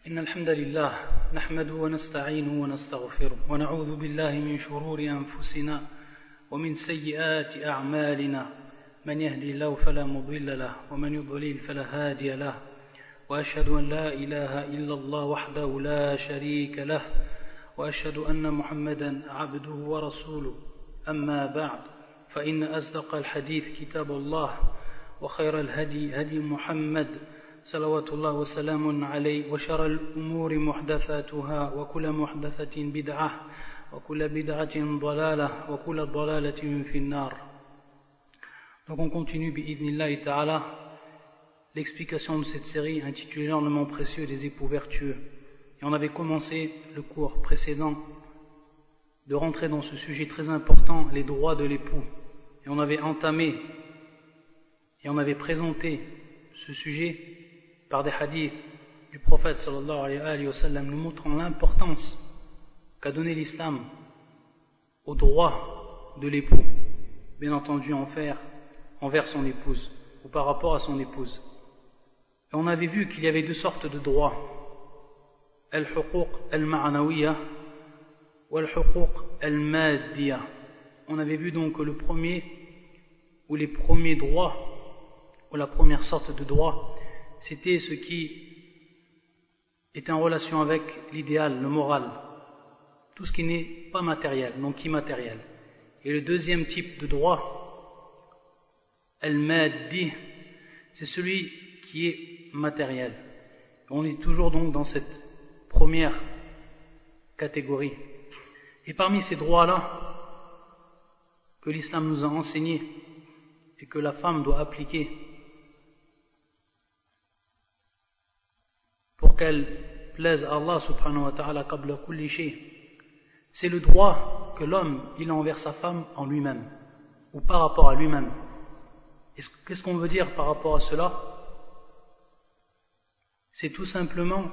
إن الحمد لله نحمده ونستعينه ونستغفره ونعوذ بالله من شرور أنفسنا ومن سيئات أعمالنا من يهدي الله فلا مضل له ومن يضلل فلا هادي له وأشهد أن لا إله إلا الله وحده لا شريك له وأشهد أن محمدا عبده ورسوله أما بعد فإن أصدق الحديث كتاب الله وخير الهدي هدي محمد صلوات الله وسلام عليه وشر الأمور محدثاتها وكل محدثة بدعة وكل بدعة ضلالة وكل ضلالة في النار. Donc on continue bi'idhnillahi ta'ala l'explication de cette série intitulée L'ornement précieux des époux vertueux. Et on avait commencé le cours précédent de rentrer dans ce sujet très important, les droits de l'époux. Et on avait entamé et on avait présenté ce sujet par des hadiths du prophète sallallahu alayhi wa sallam nous montrant l'importance qu'a donné l'islam au droit de l'époux, bien entendu envers son épouse ou par rapport à son épouse. Et on avait vu qu'il y avait deux sortes de droits, al-huquq al-ma'nawiyya ou al-huquq al-maddiya. On avait vu donc que le premier ou les premiers droits ou la première sorte de droit, c'était ce qui était en relation avec l'idéal, le moral, tout ce qui n'est pas matériel, donc immatériel. Et le deuxième type de droit, al-maddi, c'est celui qui est matériel. On est toujours donc dans cette première catégorie. Et parmi ces droits-là, que l'islam nous a enseignés et que la femme doit appliquer pour qu'elle plaise à Allah subhanahu wa ta'ala qabla kulli shay, c'est le droit que l'homme il a envers sa femme en lui-même ou par rapport à lui-même. Qu'est-ce qu'on veut dire par rapport à cela? C'est tout simplement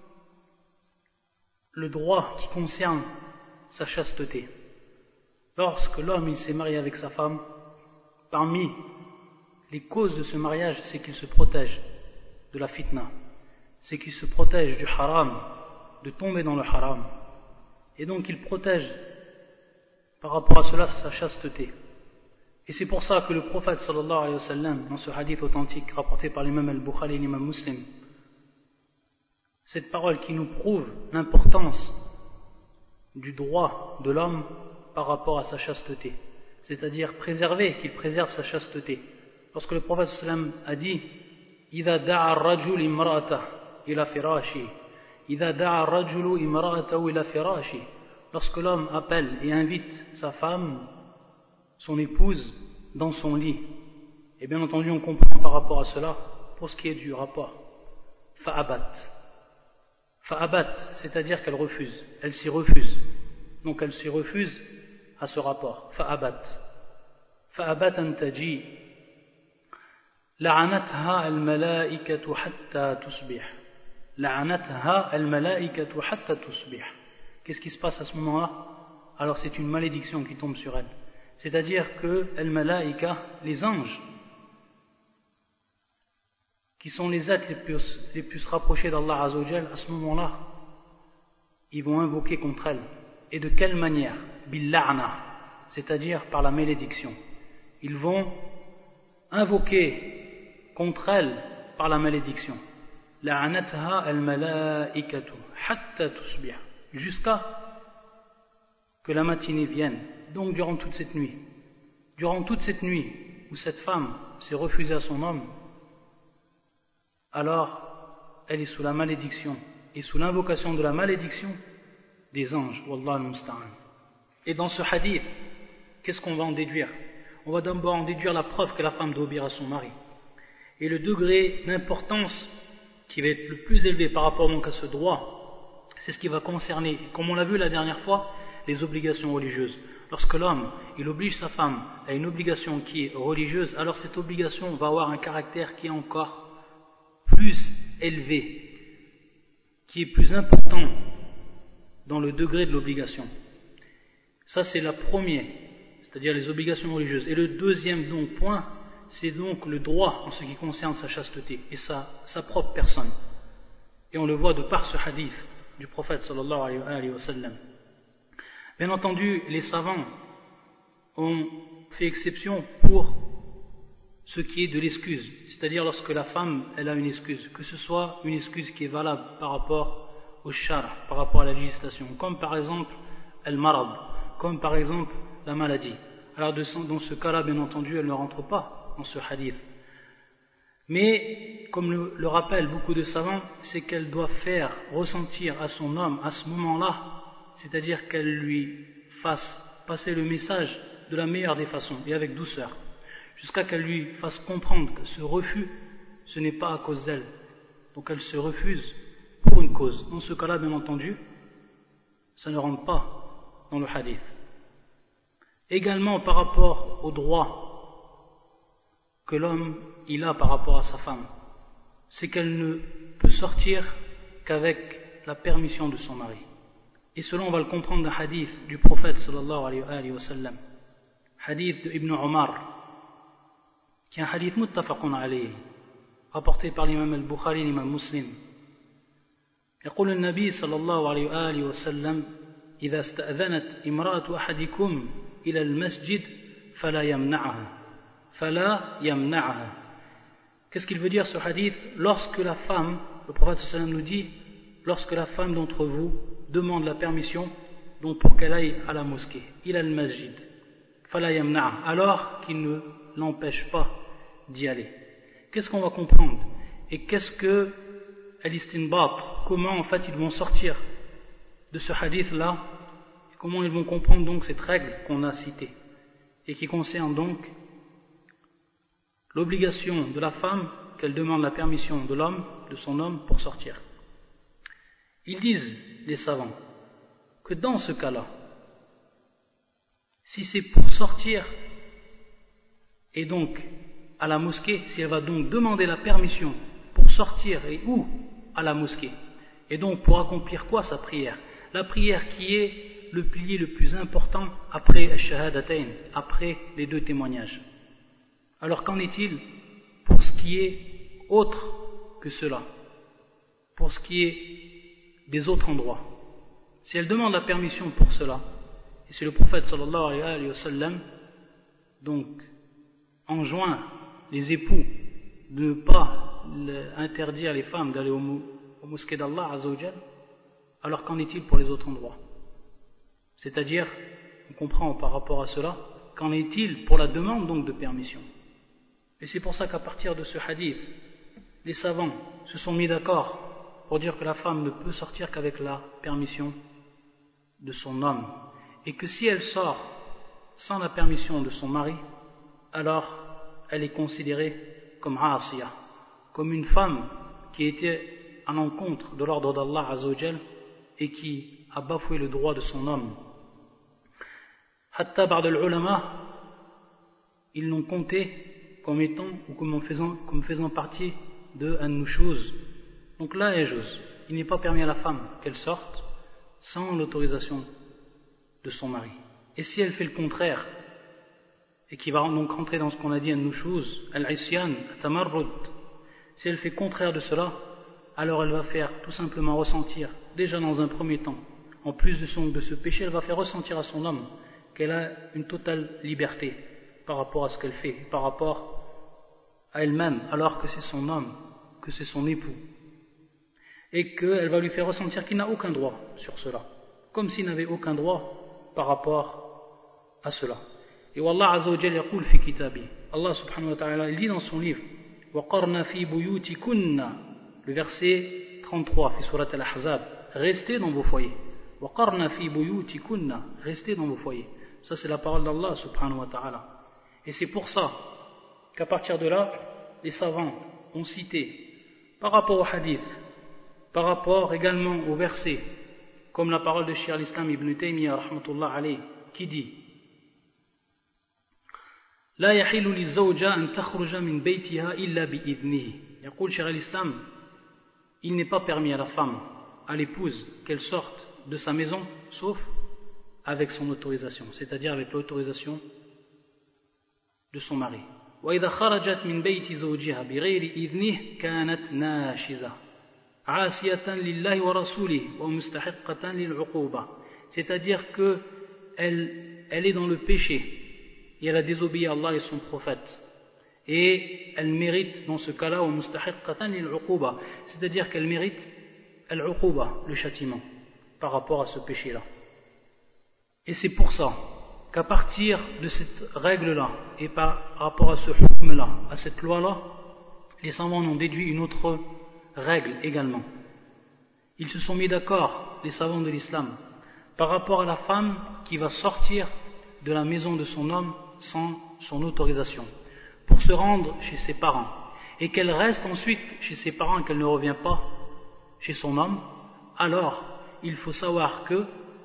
le droit qui concerne sa chasteté. Lorsque l'homme il s'est marié avec sa femme, parmi les causes de ce mariage, c'est qu'il se protège de la fitna, c'est qu'il se protège du haram, de tomber dans le haram, et donc il protège par rapport à cela sa chasteté. Et c'est pour ça que le prophète sallallahu alayhi wa sallam, dans ce hadith authentique rapporté par l'imam al-Bukhari et l'imam Muslim, cette parole qui nous prouve l'importance du droit de l'homme par rapport à sa chasteté, c'est-à-dire qu'il préserve sa chasteté. Lorsque le prophète sallam a dit إذا دعا الرجل امرأته إلى فراشه إذا دعا الرجل امرأته إلى فراشه, lorsque l'homme appelle et invite sa femme, son épouse, dans son lit, et bien entendu on comprend par rapport à cela pour ce qui est du rapport fa'abat, c'est-à-dire qu'elle refuse, elle s'y refuse, donc elle s'y refuse à ce rapport, fa'abat an taji لعنتها الملائكة حتى تصبح لعنتها الملائكة حتى تصبح. Qu'est-ce qui se passe à ce moment-là? Alors c'est une malédiction qui tombe sur elle, c'est-à-dire que al-malaïka, les anges qui sont les êtres les plus rapprochés d'Allah Azza wa Jal, à ce moment-là ils vont invoquer contre elle. Et de quelle manière? Bil-la'na, c'est-à-dire par la malédiction. Ils vont invoquer contre elle par la malédiction. La'anatha al-malaikatu hatta tusbih, jusqu'à que la matinée vienne. Donc durant toute cette nuit où cette femme s'est refusée à son homme, alors elle est sous la malédiction et sous l'invocation de la malédiction des anges. Wallah al-musta'an. Et dans ce hadith, qu'est-ce qu'on va en déduire? On va d'abord en déduire la preuve que la femme doit obéir à son mari. Et le degré d'importance qui va être le plus élevé par rapport donc à ce droit, c'est ce qui va concerner, comme on l'a vu la dernière fois, les obligations religieuses. Lorsque l'homme il oblige sa femme à une obligation qui est religieuse, alors cette obligation va avoir un caractère qui est encore plus élevé, qui est plus important dans le degré de l'obligation. Ça c'est la première, c'est-à-dire les obligations religieuses. Et le deuxième donc point, c'est donc le droit en ce qui concerne sa chasteté et sa propre personne. Et on le voit de par ce hadith du prophète sallallahu alayhi wa sallam. Bien entendu, les savants ont fait exception pour ce qui est de l'excuse, c'est-à-dire lorsque la femme elle a une excuse, que ce soit une excuse qui est valable par rapport au shar, par rapport à la législation, comme par exemple al-marad, comme par exemple la maladie. Alors dans ce cas-là, bien entendu, elle ne rentre pas dans ce hadith. Mais, comme le rappellent beaucoup de savants, c'est qu'elle doit faire ressentir à son homme, à ce moment-là, c'est-à-dire qu'elle lui fasse passer le message de la meilleure des façons et avec douceur, jusqu'à qu'elle lui fasse comprendre que ce refus, ce n'est pas à cause d'elle. Donc elle se refuse pour une cause. Dans ce cas-là, bien entendu, ça ne rentre pas dans le hadith. Également par rapport au droit que l'homme il a par rapport à sa femme, c'est qu'elle ne peut sortir qu'avec la permission de son mari. Et cela on va le comprendre d'un hadith du prophète sallallahu alayhi wa sallam, hadith de Ibn Omar, qui est un hadith muttafaqun alayhi, rapporté par l'imam al-Bukhari et l'imam Muslim. يقول النبي صلى الله عليه وآله وسلم إذا استأذنت امرأة أحدكم إلى المسجد فلا يمنعها. Qu'est-ce qu'il veut dire ce hadith? Lorsque la femme, le prophète sallallahu alayhi wa sallam nous dit, lorsque la femme d'entre vous demande la permission donc pour qu'elle aille à la mosquée, ila al-masjid, fala yamna'a, alors qu'il ne l'empêche pas d'y aller. Qu'est-ce qu'on va comprendre? Et qu'est-ce que al-istinbat, comment en fait ils vont sortir de ce hadith là, comment ils vont comprendre donc cette règle qu'on a citée et qui concerne donc l'obligation de la femme qu'elle demande la permission de l'homme, de son homme pour sortir. Ils disent, les savants, que dans ce cas-là, si c'est pour sortir et donc à la mosquée, si elle va donc demander la permission pour sortir et où à la mosquée, et donc pour accomplir quoi? Sa prière, la prière qui est le pilier le plus important après al-shahadatayn, après les deux témoignages. Alors qu'en est-il pour ce qui est autre que cela, pour ce qui est des autres endroits? Si elle demande la permission pour cela, et si le prophète sallallahu alayhi wa sallam donc enjoint les époux de ne pas interdire les femmes d'aller aux mosquées d'Allah Azza wa Jal, alors qu'en est-il pour les autres endroits? C'est-à-dire, on comprend par rapport à cela, qu'en est-il pour la demande donc de permission? Et c'est pour ça qu'à partir de ce hadith, les savants se sont mis d'accord pour dire que la femme ne peut sortir qu'avec la permission de son homme, et que si elle sort sans la permission de son mari, alors elle est considérée comme Asiya, comme une femme qui était à l'encontre de l'ordre d'Allah Azza wa Jal et qui a bafoué le droit de son homme. Hatta ba'd al-ulama, ils l'ont compté comme étant ou comme faisant partie de an-nushuz. Donc là, il n'est pas permis à la femme qu'elle sorte sans l'autorisation de son mari. Et si elle fait le contraire, et qui va donc rentrer dans ce qu'on a dit an-nushuz, al-isyan, at-tamarrud, si elle fait contraire de cela, alors elle va faire tout simplement ressentir, déjà dans un premier temps, en plus de ce péché, elle va faire ressentir à son homme qu'elle a une totale liberté par rapport à ce qu'elle fait, par rapport à elle-même, alors que c'est son homme, que c'est son époux, et qu'elle va lui faire ressentir qu'il n'a aucun droit sur cela, comme s'il n'avait aucun droit par rapport à cela. Et Wallah Azza wa Jalla yaqul fi kitabi, Allah subhanahu wa ta'ala, il dit dans son livre, وَقَرْنَ فِي بُيُوتِكُنَّ, le verset 33, fi surat al-Ahzab, restez dans vos foyers. وَقَرْنَ فِي بُيُوتِكُنَّ, restez dans vos foyers. Ça c'est la parole d'Allah subhanahu wa ta'ala. Et c'est pour ça qu'à partir de là, les savants ont cité, par rapport au hadith, par rapport également au verset, comme la parole de Cheikh al-Islam ibn Taymiyyah rahmatullah alayh, qui dit لا يحل للزوجة أن تخرج من بيتها إلا بإذنه. يقول شيخ الإسلام, il n'est pas permis à la femme, à l'épouse, qu'elle sorte de sa maison, sauf avec son autorisation, c'est-à-dire avec l'autorisation de son mari. وإذا خرجت من بيت زوجها بغير إذنه كانت ناشزة. عَاسِيَةً لِلَّهِ وَرَسُولِهِ وَمُسْتَحِقَّةً لِلْعُقُوبَةِ. C'est-à-dire qu'elle est dans le péché et elle a désobéi à Allah et son prophète. Et elle mérite dans ce cas-là وَمُسْتَحِقَّةً لِلْعُقُوبَةِ, c'est-à-dire qu'elle mérite al-uquba, le châtiment, par rapport à ce péché-là. Et c'est pour ça qu'à partir de cette règle-là et par rapport à ce hukm-là, à cette loi-là, les savants en ont déduit une autre règle également. Ils se sont mis d'accord, les savants de l'islam, par rapport à la femme qui va sortir de la maison de son homme sans son autorisation, pour se rendre chez ses parents, et qu'elle reste ensuite chez ses parents et qu'elle ne revient pas chez son homme, alors il faut savoir que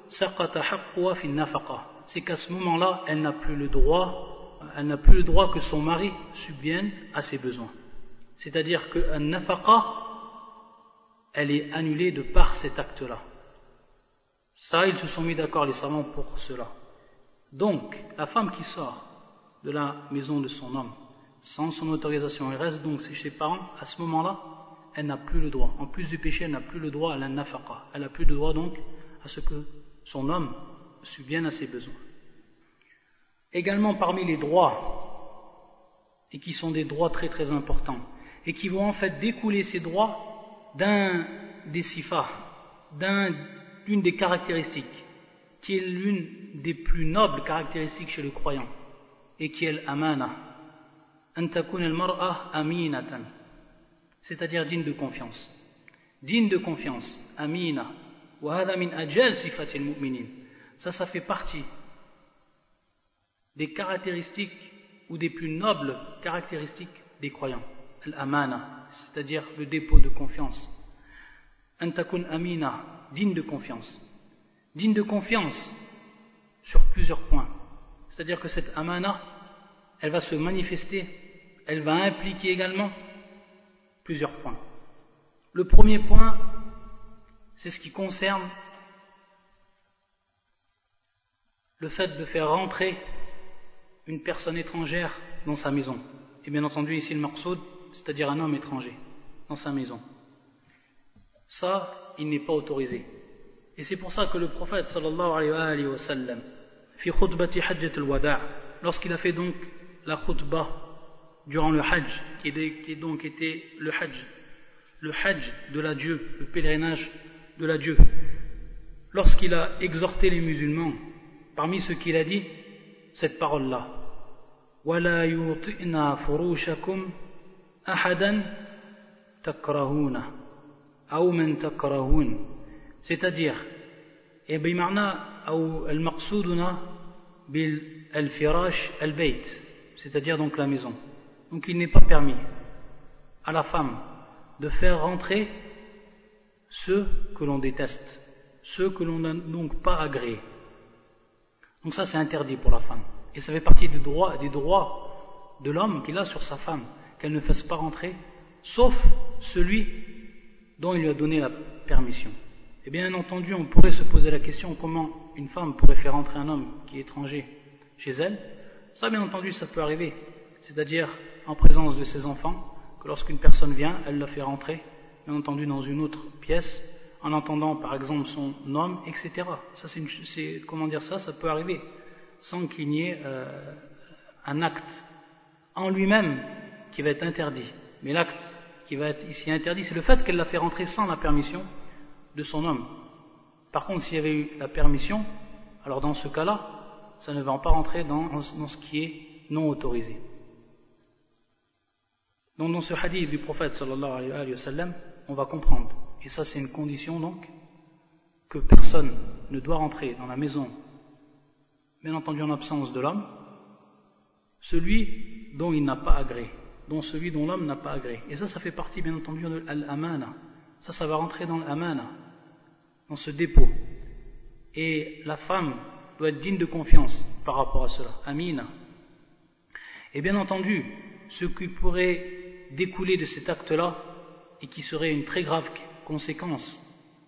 c'est qu'à ce moment-là, elle n'a plus le droit que son mari subvienne à ses besoins. C'est-à-dire que la nafaqa, elle est annulée de par cet acte-là. Ça, ils se sont mis d'accord, les savants, pour cela. Donc, la femme qui sort de la maison de son homme sans son autorisation, elle reste donc chez ses parents, à ce moment-là, elle n'a plus le droit. En plus du péché, elle n'a plus le droit à la nafaqa. Elle n'a plus de droit donc à ce que son homme subvienne à ses besoins. Également parmi les droits, et qui sont des droits très très importants, et qui vont en fait découler ces droits d'un des sifas, d'une des caractéristiques, qui est l'une des plus nobles caractéristiques chez le croyant, et qui est l'amana, an takun al-mar'a aminatan, c'est-à-dire digne de confiance. Digne de confiance, amina, wa hada min ajal sifatil mu'minin. Ça fait partie des caractéristiques ou des plus nobles caractéristiques des croyants. Al-amana, c'est-à-dire le dépôt de confiance. Antakun amina, digne de confiance. Digne de confiance sur plusieurs points. C'est-à-dire que cette amana, elle va se manifester, elle va impliquer également plusieurs points. Le premier point, c'est ce qui concerne le fait de faire rentrer une personne étrangère dans sa maison. Et bien entendu ici le maqsoud, c'est-à-dire un homme étranger dans sa maison. Ça, il n'est pas autorisé. Et c'est pour ça que le prophète sallallahu alayhi wa sallam, fi khutbati hajjat al-wada', lorsqu'il a fait donc la khutbah durant le hajj, qui donc était le hajj de l'adieu, le pèlerinage de l'adieu, lorsqu'il a exhorté les musulmans, parmi ce qu'il a dit, cette parole-là, وَلَا يُطِئْنَا فُرُوشَكُمْ أَحَدًا تَكْرَهُونَ أَوْ مَنْ تَكْرَهُونَ, c'est-à-dire, et بمعنى أو المقصودنا بالفراش البيت, c'est-à-dire donc la maison. Donc il n'est pas permis à la femme de faire rentrer ceux que l'on déteste, ceux que l'on n'a donc pas agréés. Donc ça c'est interdit pour la femme. Et ça fait partie des droits de l'homme qu'il a sur sa femme, qu'elle ne fasse pas rentrer, sauf celui dont il lui a donné la permission. Et bien entendu, on pourrait se poser la question comment une femme pourrait faire rentrer un homme qui est étranger chez elle. Ça bien entendu ça peut arriver, c'est-à-dire en présence de ses enfants, que lorsqu'une personne vient, elle la fait rentrer, bien entendu dans une autre pièce, en entendant par exemple son homme, etc. Ça ça peut arriver, sans qu'il n'y ait un acte en lui-même qui va être interdit. Mais l'acte qui va être ici interdit, c'est le fait qu'elle l'a fait rentrer sans la permission de son homme. Par contre, s'il y avait eu la permission, alors dans ce cas-là, ça ne va pas rentrer dans ce qui est non autorisé. Donc dans ce hadith du prophète sallallahu alayhi wa sallam, on va comprendre, et ça c'est une condition donc, que personne ne doit rentrer dans la maison, bien entendu en absence de l'homme, celui dont il n'a pas agréé, celui dont l'homme n'a pas agréé. Et ça fait partie bien entendu de l'amana. Ça va rentrer dans l'amana, dans ce dépôt. Et la femme doit être digne de confiance par rapport à cela. Amina. Et bien entendu, ce qui pourrait découler de cet acte-là, et qui serait une très grave conséquence,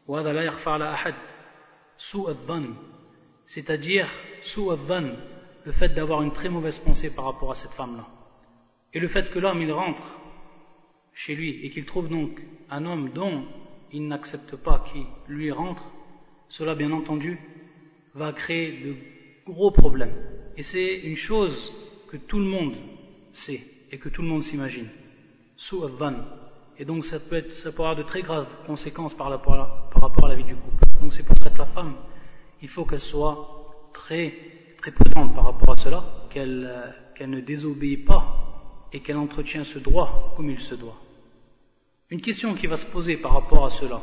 c'est-à-dire le fait d'avoir une très mauvaise pensée par rapport à cette femme-là. Et le fait que l'homme il rentre chez lui et qu'il trouve donc un homme dont il n'accepte pas qu'il lui rentre, cela bien entendu va créer de gros problèmes. Et c'est une chose que tout le monde sait et que tout le monde s'imagine. Su'adhan. Et donc ça peut avoir de très graves conséquences par rapport à la vie du couple. Donc c'est pour ça que la femme, il faut qu'elle soit très, très prudente par rapport à cela, qu'elle ne désobéit pas et qu'elle entretient ce droit comme il se doit. Une question qui va se poser par rapport à cela.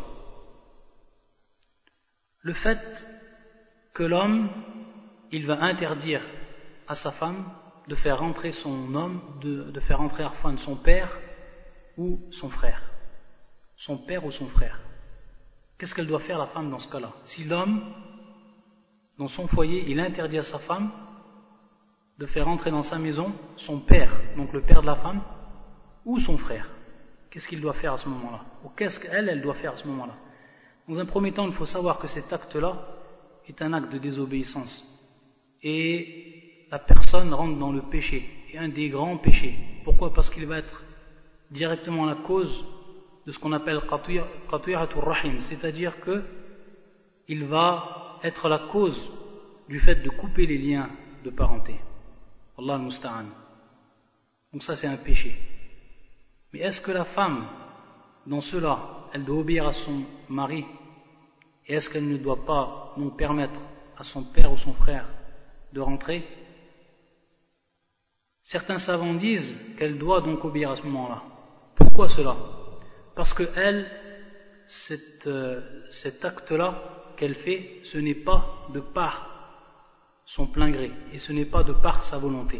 Le fait que l'homme, il va interdire à sa femme de faire rentrer son homme, de faire rentrer Arfan son père ou son frère. Son père ou son frère. Qu'est-ce qu'elle doit faire la femme dans ce cas-là? Si l'homme, dans son foyer, il interdit à sa femme de faire rentrer dans sa maison son père, donc le père de la femme, ou son frère, qu'est-ce qu'il doit faire à ce moment-là? Ou qu'est-ce qu'elle doit faire à ce moment-là? Dans un premier temps, il faut savoir que cet acte-là est un acte de désobéissance. Et la personne rentre dans le péché, et un des grands péchés. Pourquoi? Parce qu'il va être directement la cause de ce qu'on appelle qati'atul rahim, c'est-à-dire qu'il va être la cause du fait de couper les liens de parenté. Allah al-musta'an. Donc ça c'est un péché. Mais est-ce que la femme, dans cela, elle doit obéir à son mari, et est-ce qu'elle ne doit pas donc permettre à son père ou son frère de rentrer? Certains savants disent qu'elle doit donc obéir à ce moment-là. Pourquoi cela? Parce que elle, cet acte-là qu'elle fait, ce n'est pas de par son plein gré, et ce n'est pas de par sa volonté.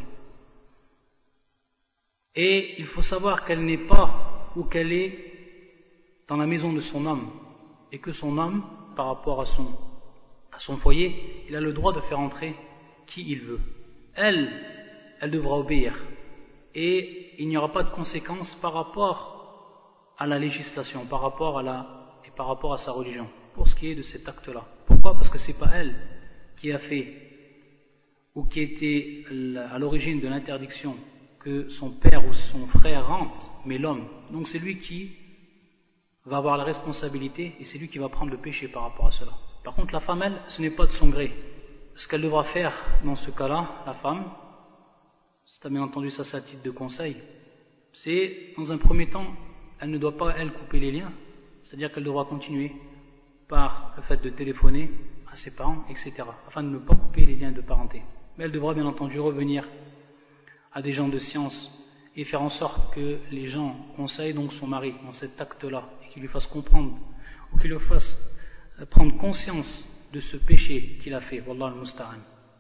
Et il faut savoir qu'elle n'est pas ou qu'elle est dans la maison de son homme, et que son homme, par rapport à son foyer, il a le droit de faire entrer qui il veut. Elle devra obéir, et il n'y aura pas de conséquences par rapport à la législation, par rapport à sa religion, pour ce qui est de cet acte-là. Pourquoi? Parce que c'est pas elle qui a fait ou qui était à l'origine de l'interdiction que son père ou son frère rentre, mais l'homme. Donc c'est lui qui va avoir la responsabilité et c'est lui qui va prendre le péché par rapport à cela. Par contre la femme, elle, ce n'est pas de son gré. Ce qu'elle devra faire dans ce cas-là, la femme, c'est bien entendu ça c'est à titre de conseil, c'est dans un premier temps, elle ne doit pas elle couper les liens, c'est-à-dire qu'elle devra continuer par le fait de téléphoner à ses parents, etc., afin de ne pas couper les liens de parenté. Mais elle devra bien entendu revenir à des gens de science et faire en sorte que les gens conseillent donc son mari dans cet acte-là et qu'ils lui fassent comprendre ou qu'ils lui fassent prendre conscience de ce péché qu'il a fait. Wallah al-musta'an.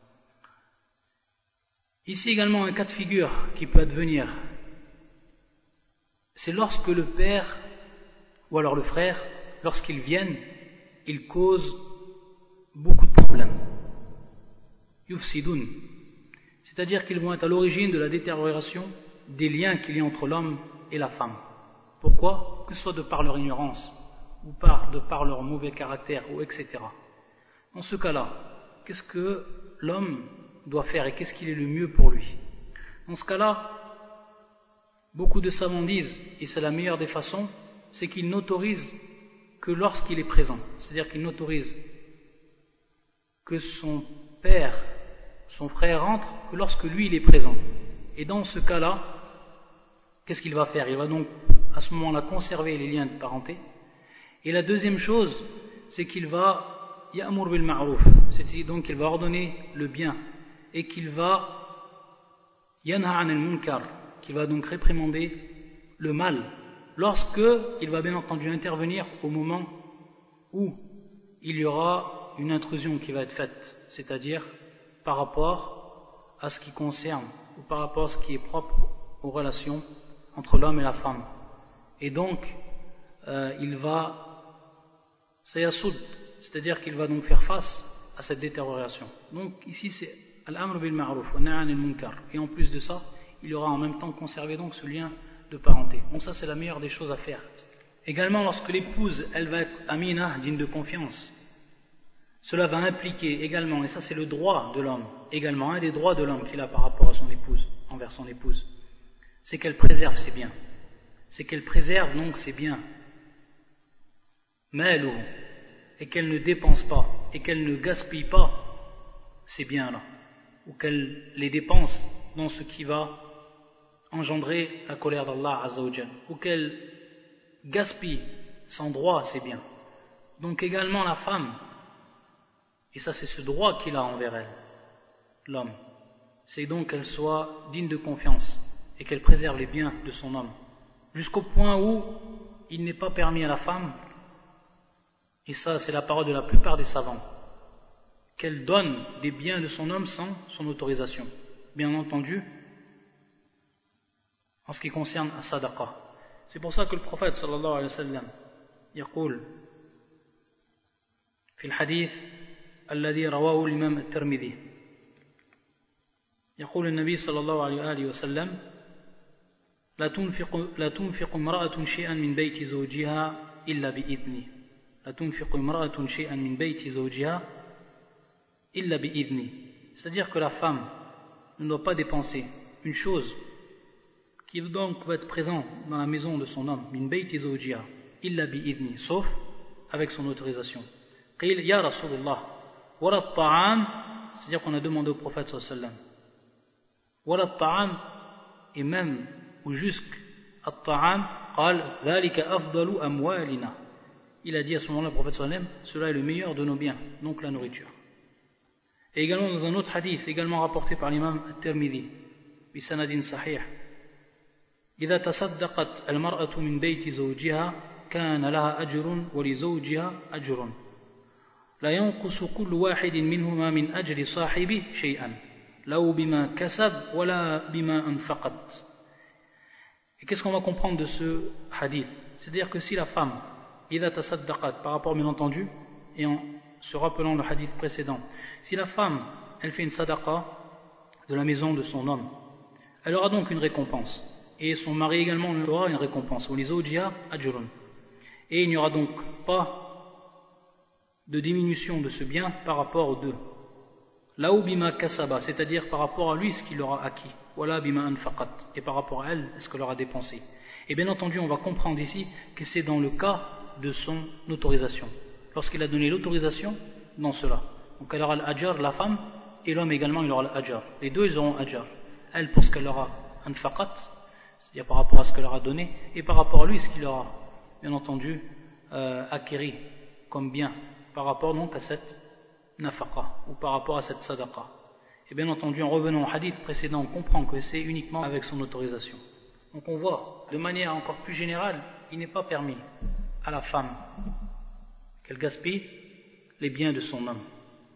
Ici également un cas de figure qui peut advenir, c'est lorsque le père ou alors le frère, lorsqu'ils viennent, ils causent beaucoup de problèmes. Yufsidun, c'est-à-dire qu'ils vont être à l'origine de la détérioration des liens qu'il y a entre l'homme et la femme. Pourquoi? Que ce soit de par leur ignorance ou de par leur mauvais caractère ou etc. Dans ce cas-là, qu'est-ce que l'homme doit faire et qu'est-ce qu'il est le mieux pour lui? Dans ce cas-là, beaucoup de savants disent, et c'est la meilleure des façons, c'est qu'il n'autorise que lorsqu'il est présent. C'est-à-dire qu'il n'autorise que son père, son frère rentre que lorsque lui il est présent. Et dans ce cas-là, qu'est-ce qu'il va faire? Il va donc à ce moment-là conserver les liens de parenté. Et la deuxième chose, c'est qu'il va ya'mur bil ma'ruf, c'est-à-dire donc qu'il va ordonner le bien et qu'il va yanha 'anil munkar, qu'il va donc réprimander le mal lorsque il va bien entendu intervenir au moment où il y aura une intrusion qui va être faite, c'est-à-dire par rapport à ce qui concerne ou par rapport à ce qui est propre aux relations entre l'homme et la femme. Et donc il va sayasoud, c'est-à-dire qu'il va donc faire face à cette détérioration. Donc ici c'est al-amr bil ma'ruf wa nahy 'anil munkar, et en plus de ça il y aura en même temps conservé donc ce lien de parenté. Donc ça c'est la meilleure des choses à faire. Également lorsque l'épouse elle va être amina, digne de confiance, cela va impliquer également, et ça c'est le droit de l'homme, également un des droits de l'homme qu'il a par rapport à son épouse, envers son épouse, c'est qu'elle préserve ses biens. C'est qu'elle préserve donc ses biens. maluhu, et qu'elle ne dépense pas, et qu'elle ne gaspille pas ces biens-là, ou qu'elle les dépense dans ce qui va engendrer la colère d'Allah Azza wa Jal, ou qu'elle gaspille sans droit ces biens. Donc également la femme, et ça c'est ce droit qu'il a envers elle, l'homme, c'est donc qu'elle soit digne de confiance et qu'elle préserve les biens de son homme, jusqu'au point où il n'est pas permis à la femme, et ça c'est la parole de la plupart des savants, qu'elle donne des biens de son homme sans son autorisation. Bien entendu, en ce qui concerne la sadaqa. C'est pour ça que le prophète sallallahu alayhi wa sallam يقول في الحديث الذي رواه الإمام الترمذي يقول النبي صلى الله عليه وآله وسلم لا تنفق امرأة شيئا من بيت زوجها إلا بإذنه لا تنفق امرأة شيئا من بيت زوجها إلا بإذنه. C'est-à-dire que la femme ne doit pas dépenser une chose qui donc va être présente dans la maison de son homme, min bayti zawjiha illa bi'idni, sauf avec son autorisation. Qil ya Rasulullah wala at-ta'am, c'est-à-dire qu'on a demandé au prophète sallallahu alayhi wa sallam wala at-ta'am, et même ou jusqu'à at-ta'am, qal dhalika afdalu amwalina, il a dit à ce moment-là, le prophète sallallahu alayhi wa sallam, cela est le meilleur de nos biens, donc la nourriture. Et également dans un autre hadith, également rapporté par l'imam At-Tirmidhi bi sanadin sahih, إذا تصدقت المرأة من بيت زوجها كان لها أجر ولزوجها أجر لا ينقص كل واحد منهما من أجر صاحبه شيئا لو بما كسب ولا بما أنفقت. Et qu'est-ce qu'on va comprendre de ce hadith? C'est-à-dire que si la femme, إذا تصدقت, par rapport bien entendu, et en se rappelant le hadith précédent, si la femme, elle fait une sadaqa de la maison de son homme, elle aura donc une récompense. Et son mari également aura une récompense. Et il n'y aura donc pas de diminution de ce bien par rapport aux deux. Là bima kasaba, c'est-à-dire par rapport à lui ce qu'il aura acquis. Wala bima anfaqat, et par rapport à elle ce qu'elle aura dépensé. Et bien entendu, on va comprendre ici que c'est dans le cas de son autorisation. Lorsqu'il a donné l'autorisation dans cela. Donc elle aura l'ajjar, la femme, et l'homme également il aura l'ajjar. Les deux ils auront ajjar. Elle pour ce qu'elle aura anfaqat, c'est-à-dire par rapport à ce qu'elle leur a donné, et par rapport à lui, ce qu'il aura, bien entendu, acquéri comme bien, par rapport donc à cette nafaqa, ou par rapport à cette sadaqa. Et bien entendu, en revenant au hadith précédent, on comprend que c'est uniquement avec son autorisation. Donc on voit, de manière encore plus générale, il n'est pas permis à la femme qu'elle gaspille les biens de son homme.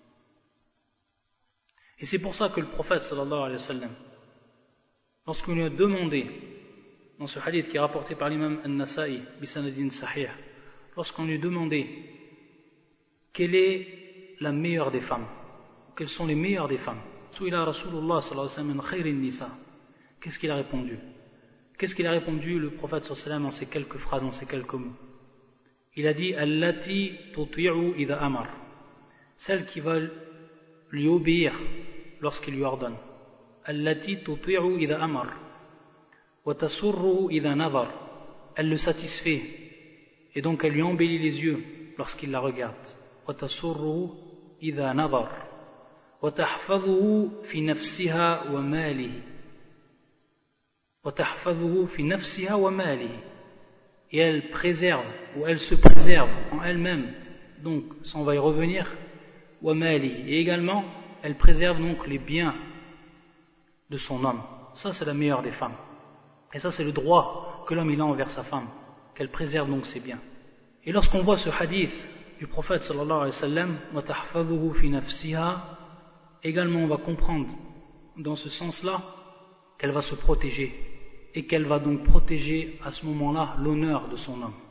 Et c'est pour ça que le prophète sallallahu alayhi wa sallam, lorsqu'on lui a demandé, dans ce hadith qui est rapporté par l'imam An-Nasa'i, bisanadin sahih, lorsqu'on lui a demandé quelle est la meilleure des femmes, quelles sont les meilleures des femmes, Su'ila Rasulullah sallallahu alayhi wa sallam khayrin nisa, qu'est-ce qu'il a répondu? Qu'est-ce qu'il a répondu le prophète sallallahu alayhi wa sallam en ces quelques phrases, en ces quelques mots? Il a dit allati tuti'u idha amar, celle qui va lui obéir lorsqu'il lui ordonne. Allati tuti'u idha amar wa tasurruhu idha nadhar, elle le satisfait et donc elle lui embellit les yeux lorsqu'il la regarde. Wa tasurruhu idha nadhar wa tahfazuhu fi nafsiha wa malihi wa tahfazuhu fi nafsiha wa malihi, et elle préserve ou elle se préserve en elle-même, donc ça on va y revenir, wa malihi, et également elle préserve donc les biens de son homme. Ça c'est la meilleure des femmes, et ça c'est le droit que l'homme il a envers sa femme, qu'elle préserve donc ses biens. Et lorsqu'on voit ce hadith du prophète sallallahu alayhi wa sallam, wa tahfazuhu fi nafsiha, également on va comprendre dans ce sens là qu'elle va se protéger, et qu'elle va donc protéger à ce moment là l'honneur de son homme.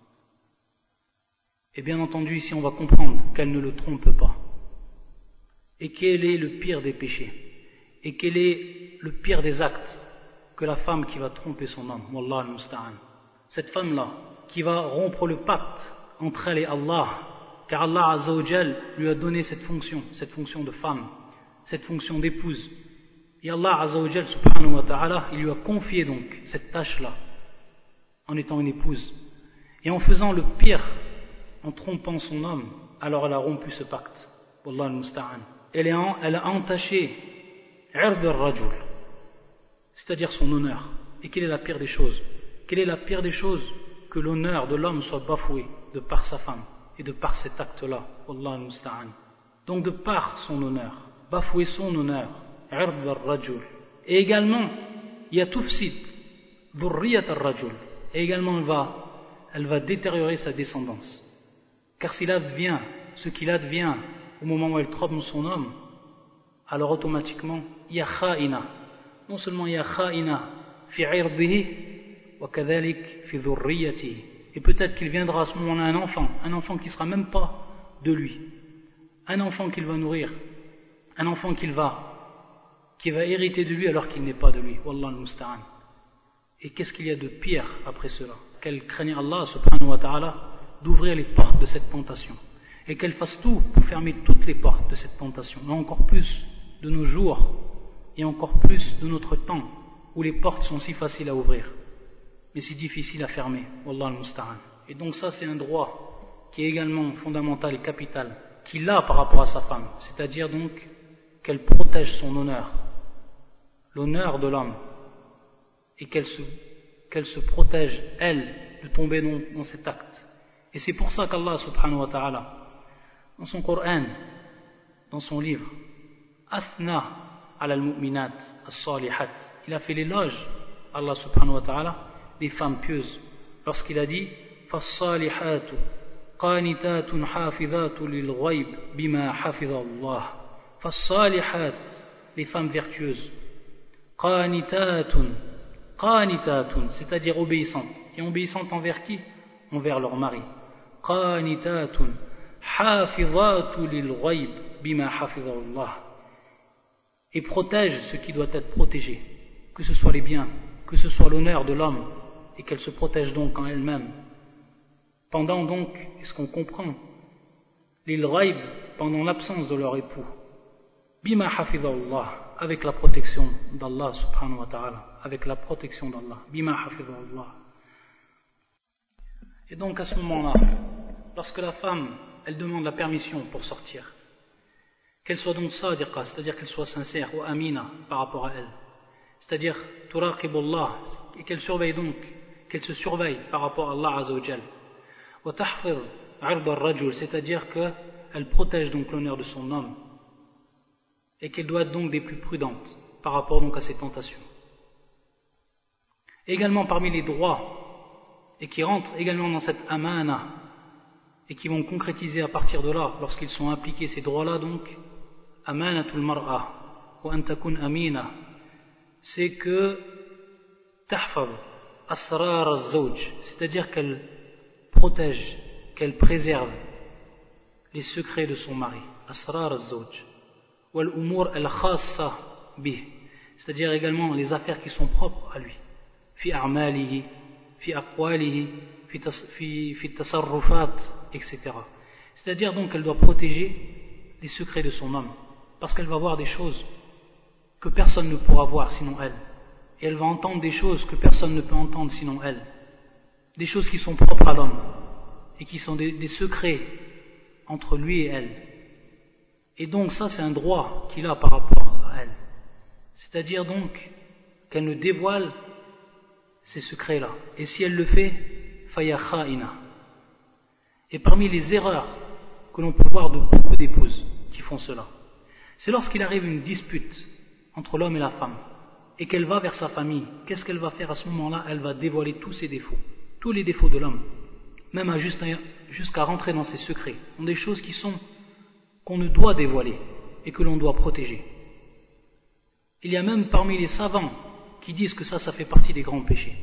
Et bien entendu ici on va comprendre qu'elle ne le trompe pas, et quel est le pire des péchés, et quel est le pire des actes que la femme qui va tromper son homme. Wallah al-musta'an. Cette femme-là qui va rompre le pacte entre elle et Allah, car Allah Azza wa Jal lui a donné cette fonction de femme, cette fonction d'épouse. Et Allah Azza wa Jal subhanahu wa ta'ala, il lui a confié donc cette tâche-là en étant une épouse. Et en faisant le pire, en trompant son homme, alors elle a rompu ce pacte. Wallah al-musta'an. Elle a entaché ird al-rajul, c'est-à-dire son honneur. Et quelle est la pire des choses? Quelle est la pire des choses? Que l'honneur de l'homme soit bafoué de par sa femme et de par cet acte-là. Wallah al-musta'an. Donc de par son honneur, bafouer son honneur, ird al-rajul. Et également, il y a tufsid, dhurriyat al-rajul. Et également, elle va détériorer sa descendance. Car s'il advient ce qu'il advient au moment où elle trompe son homme, alors automatiquement, il y a kha'ina. Non seulement il y a kha'ina fi irdihi, wa kadhalik fi dhurriyatihi. Et peut-être qu'il viendra à ce moment-là un enfant qui ne sera même pas de lui, un enfant qu'il va nourrir, un enfant qui va hériter de lui alors qu'il n'est pas de lui. Wallah al-musta'an. Et qu'est-ce qu'il y a de pire après cela? Qu'elle craigne Allah subhanahu wa ta'ala d'ouvrir les portes de cette tentation et qu'elle fasse tout pour fermer toutes les portes de cette tentation, et encore plus de nos jours et encore plus de notre temps où les portes sont si faciles à ouvrir mais si difficiles à fermer. Wallah al-musta'an. Et donc ça, c'est un droit qui est également fondamental et capital qu'il a par rapport à sa femme, c'est-à-dire donc qu'elle protège son honneur, l'honneur de l'homme, et qu'elle se protège, elle, de tomber dans cet acte. Et c'est pour ça qu'Allah subhanahu wa ta'ala, dans son Coran, dans son livre, Athna ala al-mu'minat as-salihat, il a fait l'éloge, Allah subhanahu wa ta'ala, des femmes pieuses, lorsqu'il a dit فَالصَّالِحَاتُ قَانِتَاتٌ حَافِظَاتٌ لِلْغَيْبِ بِمَا حَفِظَ اللَّهِ. فَالصَّالِحَاتُ, les femmes vertueuses, قَانِتَاتٌ, c'est-à-dire obéissantes. Et obéissantes envers qui? Envers leur mari. قَانِتَاتٌ حَافِظَاتٌ لِلْغَيْبِ بِمَا حَفِظَ اللَّهِ. Et protège ce qui doit être protégé, que ce soit les biens, que ce soit l'honneur de l'homme, et qu'elle se protège donc en elle-même. Pendant donc, est-ce qu'on comprend, les ghaib, pendant l'absence de leur époux, bima hafidhallah, avec la protection d'Allah subhanahu wa ta'ala, avec la protection d'Allah, bima hafidhallah. Et donc à ce moment-là, lorsque la femme, elle demande la permission pour sortir, qu'elle soit donc sadiqa, c'est-à-dire qu'elle soit sincère, ou amina par rapport à elle, c'est-à-dire turaqibullah, et qu'elle surveille donc, qu'elle se surveille par rapport à Allah azza wa jal, wa tahfir ird al-rajul, c'est-à-dire qu'elle protège donc l'honneur de son homme, et qu'elle doit être donc des plus prudentes par rapport donc à ses tentations. Également parmi les droits, et qui rentrent également dans cette amana, et qui vont concrétiser à partir de là, lorsqu'ils sont appliqués ces droits-là donc, amanatul mar'a, wa an takun amina, c'est que tahfaz asrar az-zawj, c'est-à-dire qu'elle protège, qu'elle préserve les secrets de son mari, asrar az-zawj, wal umur al-khassa bih, c'est-à-dire également les affaires qui sont propres à lui, fi a'malihi, fi aqwalihi, fi tasarrufat, etc. C'est-à-dire donc qu'elle doit protéger les secrets de son homme, parce qu'elle va voir des choses que personne ne pourra voir sinon elle, et elle va entendre des choses que personne ne peut entendre sinon elle, des choses qui sont propres à l'homme et qui sont des secrets entre lui et elle. Et donc ça, c'est un droit qu'il a par rapport à elle, c'est-à-dire donc qu'elle ne dévoile ces secrets-là, et si elle le fait, faya kha'ina. Et parmi les erreurs que l'on peut voir de beaucoup d'épouses qui font cela, c'est lorsqu'il arrive une dispute entre l'homme et la femme, et qu'elle va vers sa famille, qu'est-ce qu'elle va faire à ce moment-là? Elle va dévoiler tous ses défauts, tous les défauts de l'homme, même jusqu'à rentrer dans ses secrets, dans des choses qu'on ne doit dévoiler et que l'on doit protéger. Il y a même parmi les savants qui disent que ça fait partie des grands péchés.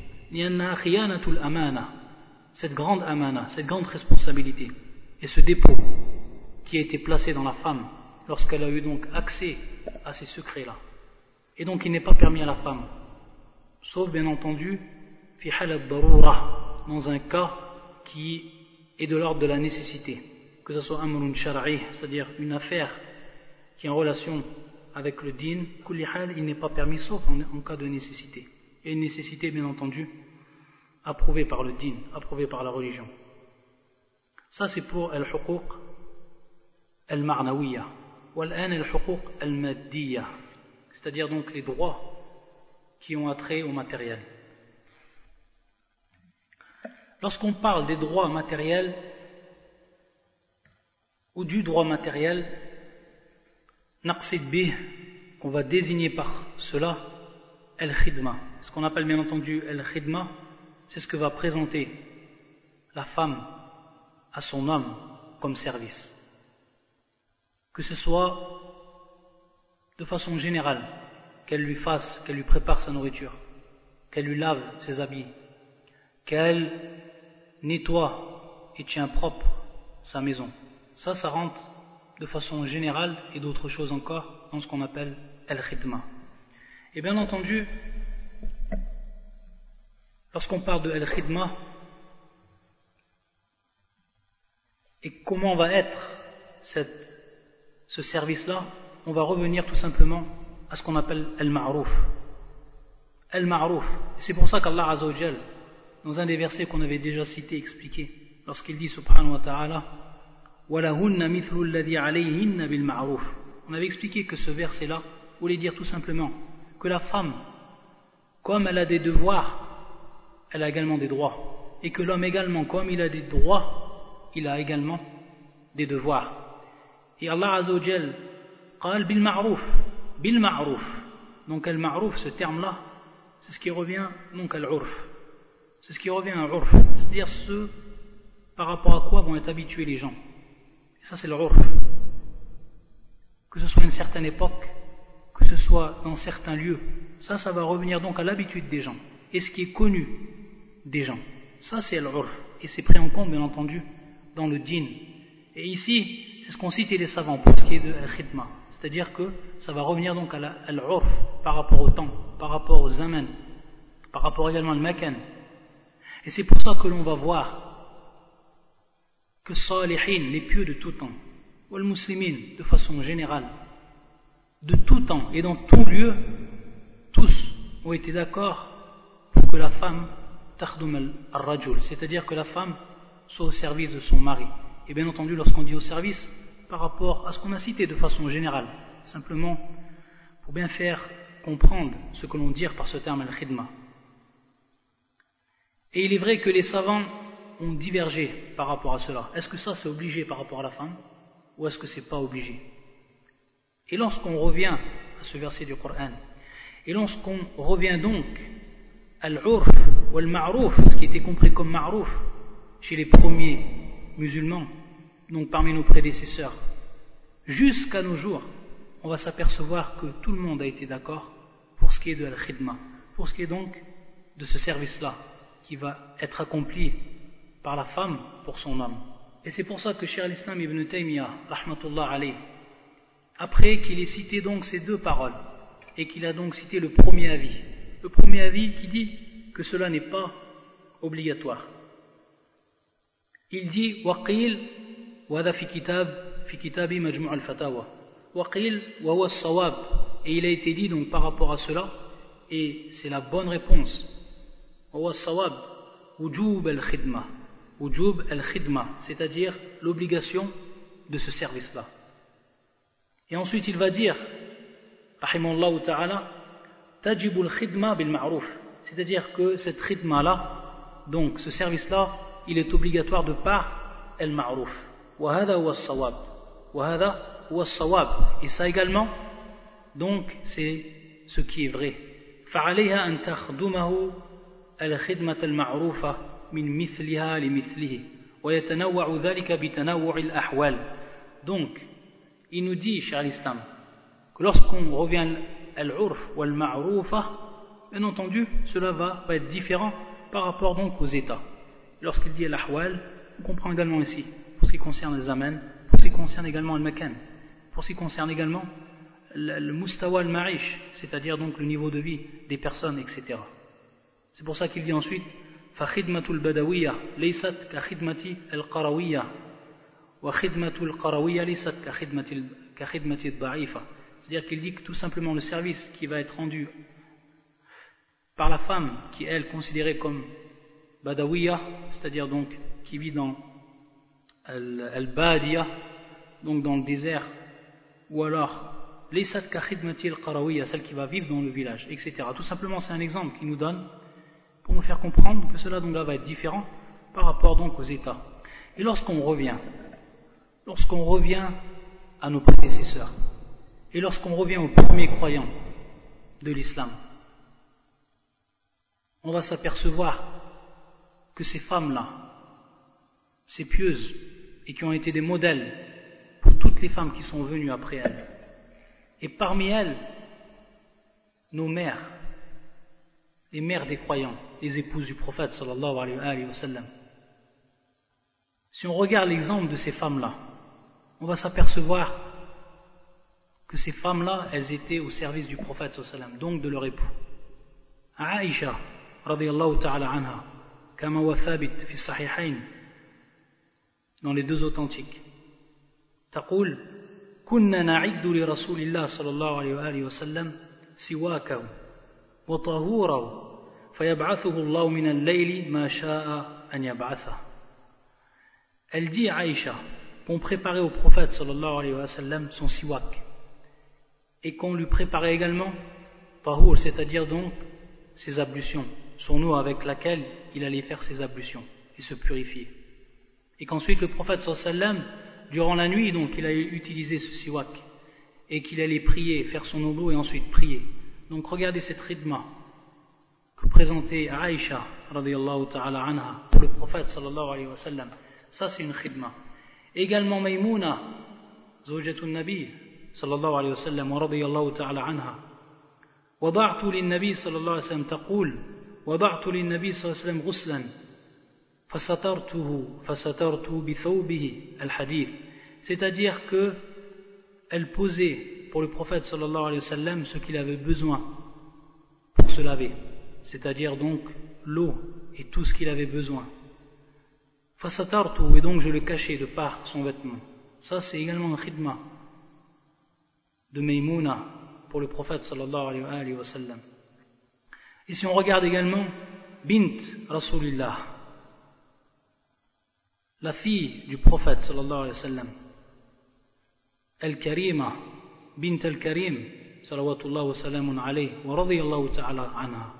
Cette grande amana, cette grande responsabilité, et ce dépôt qui a été placé dans la femme lorsqu'elle a eu donc accès à ces secrets-là. Et donc il n'est pas permis à la femme, sauf bien entendu fi halal darura, dans un cas qui est de l'ordre de la nécessité, que ce soit amrun shar'i, c'est-à-dire une affaire qui est en relation avec le din, kulli hal, il n'est pas permis sauf en cas de nécessité, et une nécessité bien entendu approuvée par le din, approuvée par la religion. Ça c'est pour al-huquq al-ma'nawiyya. Wal-an al-huquq al-maddiyya, c'est-à-dire donc les droits qui ont attrait au matériel. Lorsqu'on parle des droits matériels ou du droit matériel, naqsid bih, qu'on va désigner par cela al-khidma. Ce qu'on appelle bien entendu al-khidma, c'est ce que va présenter la femme à son homme comme service. Que ce soit de façon générale, qu'elle lui fasse, qu'elle lui prépare sa nourriture, qu'elle lui lave ses habits, qu'elle nettoie et tient propre sa maison. Ça rentre de façon générale et d'autres choses encore dans ce qu'on appelle al-khidma. Et bien entendu, lorsqu'on parle de al-khidma et comment va être ce service-là, on va revenir tout simplement à ce qu'on appelle al-ma'rouf. Al-ma'rouf. C'est pour ça qu'Allah Azza wa Jal, dans un des versets qu'on avait déjà cité, expliqué, lorsqu'il dit subhanahu wa ta'ala وَلَهُنَّ مِثْلُ الَّذِي عَلَيْهِنَّ بِالْمَعْرُوفِ. On avait expliqué que ce verset-là voulait dire tout simplement que la femme, comme elle a des devoirs, elle a également des droits. Et que l'homme également, comme il a des droits, il a également des devoirs. Et Allah Azza wa Jal قال بالمعروف. Donc al-ma'rouf, ce terme-là, c'est ce qui revient donc à l'urf. C'est ce qui revient à l'urf, c'est-à-dire ce par rapport à quoi vont être habitués les gens. Et ça c'est l'urf. Que ce soit à une certaine époque, que ce soit dans certains lieux, ça va revenir donc à l'habitude des gens. Et ce qui est connu des gens. Ça c'est l'urf. Et c'est pris en compte bien entendu dans le din. Et ici, c'est ce qu'ont cité les savants pour ce qui est de al-khidma. C'est-à-dire que ça va revenir donc à l'urf par rapport au temps, par rapport au zaman, par rapport également al makan. Et c'est pour ça que l'on va voir que salihin, les pieux de tout temps, ou les muslimin de façon générale, de tout temps et dans tout lieu, tous ont été d'accord pour que la femme takhdum al-rajul, c'est-à-dire que la femme soit au service de son mari. Et bien entendu, lorsqu'on dit au service, par rapport à ce qu'on a cité de façon générale, simplement pour bien faire comprendre ce que l'on dit par ce terme al-khidma. Et il est vrai que les savants ont divergé par rapport à cela. Est-ce que ça c'est obligé par rapport à la femme ou est-ce que c'est pas obligé? Et lorsqu'on revient à ce verset du Coran, et lorsqu'on revient donc à l'urf ou al-ma'rouf, ce qui était compris comme ma'rouf chez les premiers musulmans, donc parmi nos prédécesseurs, jusqu'à nos jours, on va s'apercevoir que tout le monde a été d'accord pour ce qui est de al-khidma, pour ce qui est donc de ce service-là qui va être accompli par la femme pour son homme. Et c'est pour ça que Cheikh al-Islam ibn Taymiyyah, rahmatullah alayh, après qu'il ait cité donc ces deux paroles, et qu'il a donc cité le premier avis qui dit que cela n'est pas obligatoire. Il dit وقيل وهذا في كتاب مجموع الفتاوى وقيل وهو الصواب, et il a été dit donc par rapport à cela, et c'est la bonne réponse, وهو الصواب وجوب الخدمة, c'est-à-dire l'obligation de ce service-là. Et ensuite il va dire rahimahullah ta'ala تجب الخدمة بالمعروف, c'est-à-dire que cette khidma-là, donc ce service-là, il est obligatoire de par al-ma'rouf. وهذا هو الصواب, et ça également donc c'est ce qui est vrai. فعليها أن تخدمه الخدمة المعروفة من مثلها لمثله ويتنوع ذلك بتنوع الأحوال. Donc il nous dit chez l'islam que lorsqu'on revient à l'urf ou al-ma'roufa, bien entendu cela va être différent par rapport donc aux états. Lorsqu'il dit al-ahwal, on comprend également ici, pour ce qui concerne le zaman, pour ce qui concerne également le makan, pour ce qui concerne également le mustawa al-ma'ish, c'est-à-dire donc le niveau de vie des personnes, etc. C'est pour ça qu'il dit ensuite فَخِدْمَةُ الْبَدَوِيَّةِ لَيْسَتْ كَخِدْمَةِ الْقَرَوِيَّةِ وَخِدْمَةُ الْقَرَوِيَّةِ لَيْسَتْ كَخِدْمَةِ الضَّعِيفَةِ. C'est-à-dire qu'il dit que tout simplement le service qui va être rendu par la femme qui est elle considérée comme Badawiya, c'est-à-dire donc qui vit dans al-Badiya, donc dans le désert, ou alors laysat ka khidmati al-Qarawiyya, celle qui va vivre dans le village, etc. Tout simplement, c'est un exemple qu'il nous donne pour nous faire comprendre que cela donc là va être différent par rapport donc aux États. Et lorsqu'on revient à nos prédécesseurs, et lorsqu'on revient aux premiers croyants de l'islam, on va s'apercevoir que ces femmes-là, ces pieuses, et qui ont été des modèles pour toutes les femmes qui sont venues après elles, et parmi elles, nos mères, les mères des croyants, les épouses du prophète sallallahu alayhi wa sallam. Si on regarde l'exemple de ces femmes-là, on va s'apercevoir que ces femmes-là, elles étaient au service du prophète sallallahu alayhi wa sallam, donc de leur époux. Aïcha radiyallahu ta'ala anha, kama wa thabit fi sahihayn, dans les deux authentiques, taqul kunna na'iddu li rasulillah sallallahu alayhi wa sallam siwakahu wa tahurahu fayab'athuhu Allah min al-layli ma sha'a an yab'atha. Elle dit à Aïcha qu'on préparait au prophète sallallahu alayhi wa sallam son siwak, et qu'on lui préparait également tahur, c'est-à-dire donc ses ablutions, son eau avec laquelle il allait faire ses ablutions et se purifier. Et qu'ensuite le prophète sallallahu alayhi wa sallam, durant la nuit, donc il allait utiliser ce siwak, et qu'il allait prier, faire son eau et ensuite prier. Donc regardez cette khidma que présentait Aïcha radiyallahu ta'ala anha pour le prophète sallallahu alayhi wa sallam. Ça c'est une khidma. Également Maïmouna, zawjatun Nabi sallallahu alayhi wa sallam wa radiyallahu ta'ala anha. وضعت للنبي صلى الله عليه وسلم تقول وضعت للنبي صلى الله عليه وسلم غسلا فسترت بثوبه الحديث. C'est-à-dire que elle posait pour le prophète sallallahu alayhi wa sallam ce qu'il avait besoin pour se laver, c'est-à-dire donc l'eau et tout ce qu'il avait besoin. Fasatartu, et donc je le cachais de par son vêtement. Ça c'est également un khidma de Maïmouna pour le prophète sallallahu alayhi wa sallam. Et si on regarde également Bint Rasulillah, la fille du prophète sallallahu alayhi wa sallam, Al-Karima, Bint Al-Karim, salawatullah wa salamun alayhi, wa radiyallahu ta'ala anha,